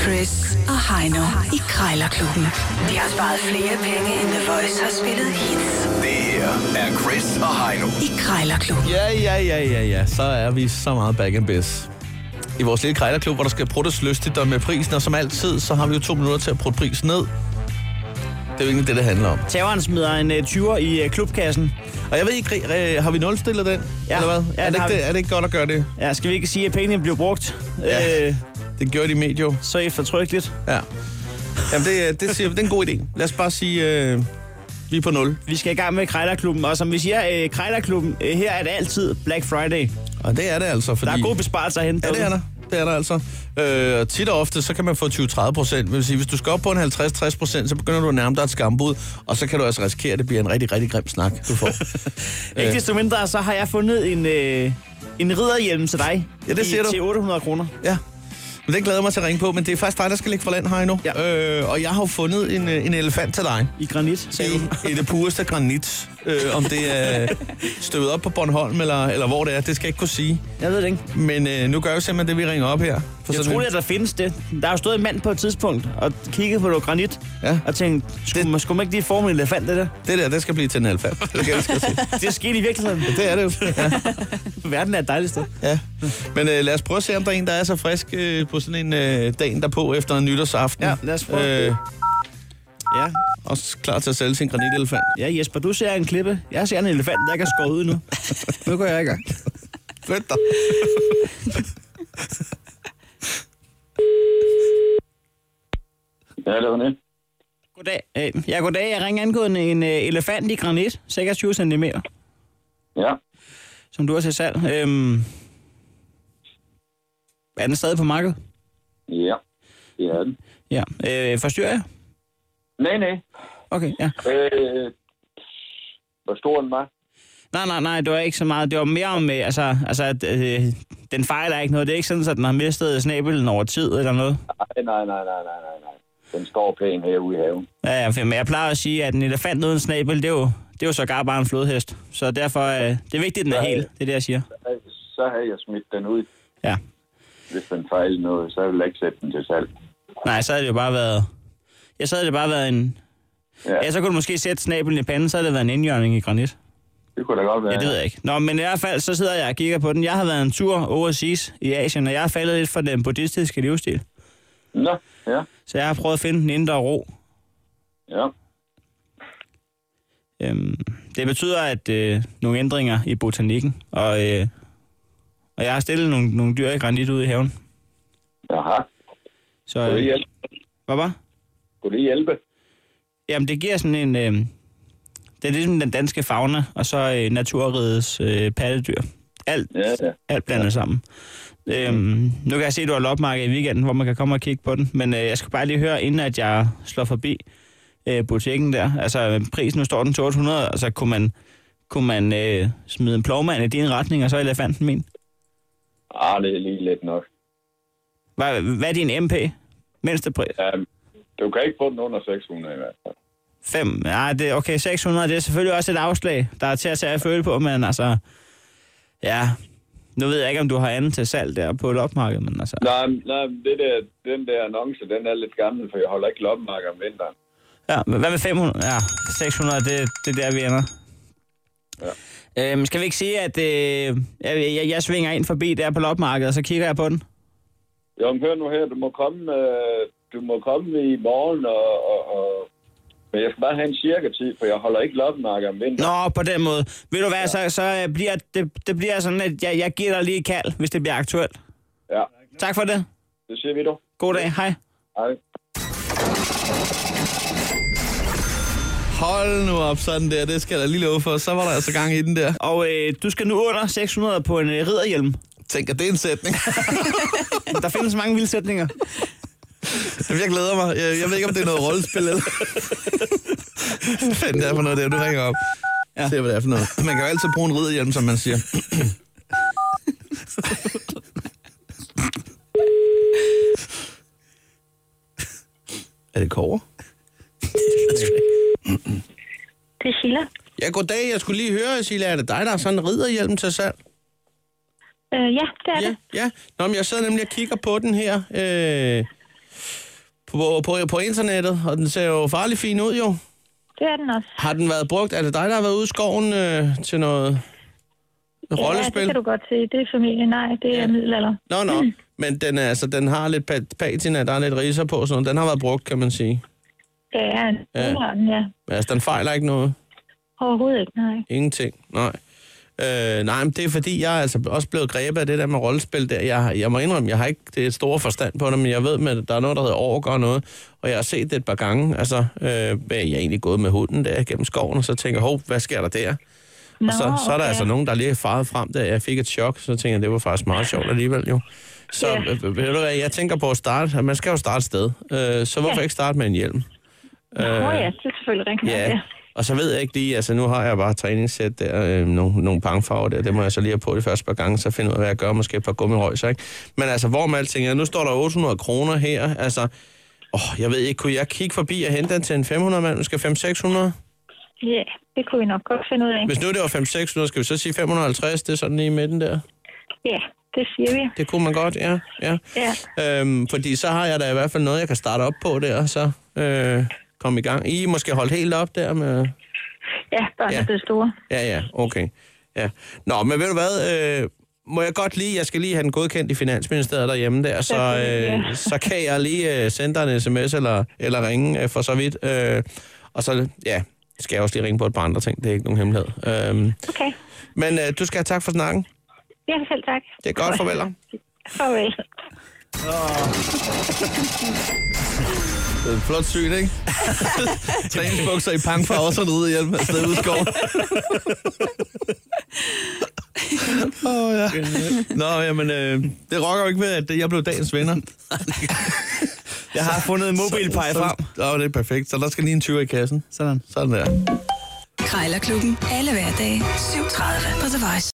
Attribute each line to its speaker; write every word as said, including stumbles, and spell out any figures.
Speaker 1: Chris og Heino i Krejlerklubben. De har sparet flere penge, end The Voice har spillet hits.
Speaker 2: Det her er Chris og Heino
Speaker 1: i Krejlerklubben.
Speaker 3: Ja, ja, ja, ja, ja. Så er vi så meget back and biz. I vores lille Krejlerklub, hvor der skal pruttes lystigt og med prisen, og som altid, så har vi jo to minutter til at prutte prisen ned. Det er jo egentlig det, det handler om.
Speaker 4: Terroren smider en uh, tyver i uh, klubkassen.
Speaker 3: Og jeg ved ikke, uh, har vi nulstillet den?
Speaker 4: Ja.
Speaker 3: Eller hvad?
Speaker 4: Ja,
Speaker 3: er, det ikke,
Speaker 4: vi.
Speaker 3: det, er det ikke godt at gøre det?
Speaker 4: Ja, skal vi ikke sige, at pengene bliver brugt?
Speaker 3: Ja,
Speaker 4: øh,
Speaker 3: det gjorde de medio.
Speaker 4: Så eftertrykkeligt.
Speaker 3: Ja. Jamen, det, det, siger, det er en god idé. Lad os bare sige, uh, vi er på nul.
Speaker 4: Vi skal i gang med Krejlerklubben, og som vi siger, uh, Krejlerklubben, uh, her er det altid Black Friday.
Speaker 3: Og det er det altså, fordi...
Speaker 4: Der er gode besparelser at hente.
Speaker 3: Ja, det er der. Det er der altså. Øh, og tit og ofte, så kan man få tyve til tredive procent. Det vil sige, hvis du skal op på en halvtreds til tres procent, så begynder du at nærme dig et skambud, og så kan du altså risikere, at det bliver en rigtig, rigtig grim snak, du får.
Speaker 4: Ikke desto mindre, så har jeg fundet en, øh, en ridderhjelm til dig.
Speaker 3: Ja, det siger
Speaker 4: i,
Speaker 3: du.
Speaker 4: Til otte hundrede kroner.
Speaker 3: Ja. Men den glæder jeg mig til at ringe på, men det er faktisk dig, der skal ligge for land her endnu.
Speaker 4: Ja.
Speaker 3: Øh, og jeg har jo fundet en, en elefant til dig.
Speaker 4: I granit, sagde du.
Speaker 3: I, I det pureste granit. Øh, om det er støvet op på Bornholm, eller, eller hvor det er, det skal jeg ikke kunne sige.
Speaker 4: Jeg ved det ikke.
Speaker 3: Men øh, nu gør vi simpelthen det, vi ringer op her. For
Speaker 4: Jeg tror, en... at der findes det. Der har jo stået en mand på et tidspunkt og kigget på noget granit.
Speaker 3: Ja.
Speaker 4: Og tænkt, skulle, det... skulle man ikke lige forme en elefant, det der?
Speaker 3: Det der, det skal blive til en elefant. Det kan jeg skal sige.
Speaker 4: Det er sket i virkeligheden.
Speaker 3: Ja, det er det jo. Ja.
Speaker 4: Verden er et dejligt sted.
Speaker 3: Ja, men øh, lad os prøve at se, om der er en, der er så frisk øh, på sådan en øh, dagen derpå efter en nytårsaften.
Speaker 4: Ja, lad os prøve. Øh, ja.
Speaker 3: Også klar til at sælge sin granitelefant.
Speaker 4: Ja, Jesper, du ser en klippe. Jeg ser en elefant, der kan skåret ud nu. Nu går jeg i gang.
Speaker 3: Flyt dig.
Speaker 5: Ja, det var det.
Speaker 4: Goddag. Ja, goddag. Jeg ringer angående en uh, elefant i granit, seksogtyve centimeter.
Speaker 5: Ja.
Speaker 4: Som du har til salg. Øhm, er den stadig på markedet?
Speaker 5: Ja, det er den.
Speaker 4: Ja. Øh, forstyrrer jeg?
Speaker 5: Nej, nej.
Speaker 4: Okay, ja.
Speaker 5: Øh, hvor stor den var?
Speaker 4: Nej, nej, nej, det var ikke så meget. Det var mere om, øh, altså, altså at, øh, den fejler ikke noget. Det er ikke sådan, at den har mistet snabelen over tid eller noget.
Speaker 5: Nej, nej, nej, nej, nej, nej. Den står pæn herude i haven.
Speaker 4: Ja, ja, men jeg plejer at sige, at en elefant uden snabel, det er jo, det er jo sågar bare en flodhest. Så derfor, øh, det er vigtigt, at den er hel. Det er det, jeg siger.
Speaker 5: Så har jeg smidt den ud.
Speaker 4: Ja.
Speaker 5: Hvis den fejler noget, så vil jeg ikke sætte den til salg.
Speaker 4: Nej, så havde det jo bare været... Ja, så havde det bare været en... Ja, ja så kunne du måske sætte snabelen i panden, så havde det været en indjørning i granit.
Speaker 5: Det kunne da godt være.
Speaker 4: Ja, det ved jeg ikke. Nå, men i hvert fald, så sidder jeg og kigger på den. Jeg har været en tur overseas i Asien, og jeg har faldet lidt for den buddhistiske livsstil.
Speaker 5: Nå, ja.
Speaker 4: Så jeg har prøvet at finde den indre ro.
Speaker 5: Ja.
Speaker 4: Øhm, det betyder, at øh, nogle ændringer i botanikken, og, øh, og jeg har stillet nogle, nogle dyr i granit ude i haven.
Speaker 5: Jaha.
Speaker 4: Så,
Speaker 5: Kunne det hjælpe?
Speaker 4: Hvad var?
Speaker 5: Kunne det hjælpe?
Speaker 4: Jamen, det giver sådan en... Øh, det er ligesom den danske fauna, og så øh, naturrigets øh, pattedyr. Alt,
Speaker 5: ja, ja.
Speaker 4: alt blandet ja. sammen. Øhm, nu kan jeg se, at du har lopmarked i weekenden, hvor man kan komme og kigge på den. Men øh, jeg skal bare lige høre, inden at jeg slår forbi øh, butikken der. Altså, prisen nu står den til otte hundrede. Altså, kunne man, kunne man øh, smide en plovmand i din retning, og så elefanten min?
Speaker 5: Ah, det er lige lidt nok.
Speaker 4: Hvad, hvad er din M P? Mindste pris?
Speaker 5: Ja, du kan ikke få den under seks hundrede i hvert fald.
Speaker 4: fem? Nej, det er okay, seks hundrede. Det er selvfølgelig også et afslag, der er til at tage at føle på, men altså... Ja... Nu ved jeg ikke, om du har andet til salg der på lopmarkedet, men altså...
Speaker 5: Nej, nej det der, den der annonce, den er lidt gammel, for jeg holder ikke lopmarked om vinteren.
Speaker 4: Ja, men hvad med fem hundrede? Ja, seks hundrede, det, det er der, vi ender. Ja. Øhm, skal vi ikke sige, at øh, jeg, jeg, jeg svinger ind forbi der på lopmarkedet, og så kigger jeg på den?
Speaker 5: Jo, men hør nu her, du må komme, øh, du må komme i morgen, og, og, og... Men jeg skal bare have en cirka-tid, for jeg holder ikke lopmarked om vinteren.
Speaker 4: Nå, på den måde. Ved du hvad, ja. så, så bliver det, det bliver sådan, at jeg, jeg giver dig lige et kald, hvis det bliver aktuelt.
Speaker 5: Ja.
Speaker 4: Tak for det.
Speaker 5: Det siger vi dog.
Speaker 4: God dag, hej.
Speaker 5: Hej.
Speaker 3: Hold nu op sådan der, det skal jeg da lige love for. Så var der altså gang i den der.
Speaker 4: Og øh, du skal nu under seks hundrede på en øh, ridderhjelm.
Speaker 3: Tænker, det er en sætning.
Speaker 4: Der findes mange vilde sætninger.
Speaker 3: Jeg glæder mig. Jeg, jeg ved ikke, om det er noget rollespil eller... Hvad fanden det er for noget der, du ringer op. Ja. Se, hvad det er for noget. Man kan jo altid bruge en ridderhjelm, som man siger. Er det Kåre?
Speaker 6: Det er Sheila.
Speaker 3: Ja, goddag. Jeg skulle lige høre, Sheila, er det dig, der har sådan en ridderhjelm til salg?
Speaker 6: Øh, ja, det er
Speaker 3: ja,
Speaker 6: det.
Speaker 3: Ja, Nå, men jeg sidder nemlig og kigger på den her. Øh, på, på, på internettet, og den ser jo farlig fin ud, jo.
Speaker 6: Det er den også.
Speaker 3: Har den været brugt? Er det dig, der har været ude i skoven øh, til noget
Speaker 6: Ja,
Speaker 3: rollespil?
Speaker 6: det kan du godt se. Det er familie. Nej, det er
Speaker 3: Ja.
Speaker 6: middelalder.
Speaker 3: Nå, nå. Mm. Men den, er, altså, den har lidt pat- patina, der er lidt riser på, så den har været brugt, kan man sige.
Speaker 6: Ja, en
Speaker 3: Ja.
Speaker 6: ja. Den, ja.
Speaker 3: Men altså, den fejler ikke noget.
Speaker 6: Overhovedet ikke, nej.
Speaker 3: Ingenting, nej. Øh, nej, men det er fordi, jeg er altså også blevet grebet af det der med rollespil der. Jeg, jeg må indrømme, jeg har ikke det store forstand på det, men jeg ved, med, der er noget, der hedder orker og noget, og jeg har set det et par gange. Altså, øh, jeg er egentlig gået med hunden der gennem skoven, og så tænker jeg, hov, hvad sker der der?
Speaker 6: Nå,
Speaker 3: Og så, så er der
Speaker 6: okay.
Speaker 3: altså nogen, der lige er faret frem, da jeg fik et chok, så tænker jeg, det var faktisk meget sjovt alligevel jo. Så
Speaker 6: Ja.
Speaker 3: øh, ved du hvad, jeg tænker på at starte, man skal jo starte et sted, øh, så hvorfor
Speaker 6: Ja.
Speaker 3: ikke starte med en hjelm?
Speaker 6: Nå, ja, det er selvfølgelig rigtigt.
Speaker 3: Ja,
Speaker 6: Ja.
Speaker 3: og så ved jeg ikke lige, altså nu har jeg bare træningssæt der, øh, nogle, nogle pangfarver der, det må jeg så lige have på de første par gange, så finde ud af, hvad jeg gør, måske et par gummirøjser, ikke? Men altså, hvor med alting er, nu står der otte hundrede kroner her, altså, åh, jeg ved ikke, kunne jeg kigge forbi og hente den til en fem hundrede mand, måske fem seks hundrede?
Speaker 6: Ja, det kunne vi nok godt finde ud af.
Speaker 3: Hvis nu det var fem seks hundrede, skal vi så sige fem hundrede og halvtreds, det er sådan lige i midten der?
Speaker 6: Ja, det siger vi.
Speaker 3: Det kunne man godt, ja. ja.
Speaker 6: Ja.
Speaker 3: Øhm, fordi så har jeg da i hvert fald noget, jeg kan starte op på der, og så øh, komme i gang. I er måske holdt helt op der med...
Speaker 6: Ja, børn
Speaker 3: Ja.
Speaker 6: er det store.
Speaker 3: Ja, ja, okay. Ja. Nå, men ved du hvad, øh, må jeg godt lige, jeg skal lige have den godkendt i Finansministeriet derhjemme der, så,
Speaker 6: Selvfølgelig,
Speaker 3: øh, så kan jeg lige øh, sende dig en sms eller, eller ringe øh, for så vidt. Øh, og så, ja, skal jeg også lige ringe på et par andre ting, det er ikke nogen hemmelighed. Øh,
Speaker 6: Okay.
Speaker 3: men øh, du skal have tak for snakken.
Speaker 6: Ja, selv tak.
Speaker 3: Det er godt, farvel.
Speaker 6: Farvel.
Speaker 3: Det er et flot syn, ikke? Træningsbukser i pangfarver, så ud og hjælpe afsted ud i skoven. Åh, oh, ja. Nå, jamen, øh, det rokker jo ikke ved, at jeg blev dagens vinder.
Speaker 4: Jeg har fundet en mobilpege frem.
Speaker 3: Åh, det er perfekt. Så der skal lige en tyver i kassen.
Speaker 4: Sådan.
Speaker 3: Sådan der.
Speaker 1: Krejlerklubben. Alle hverdage. syv tredive på The Voice.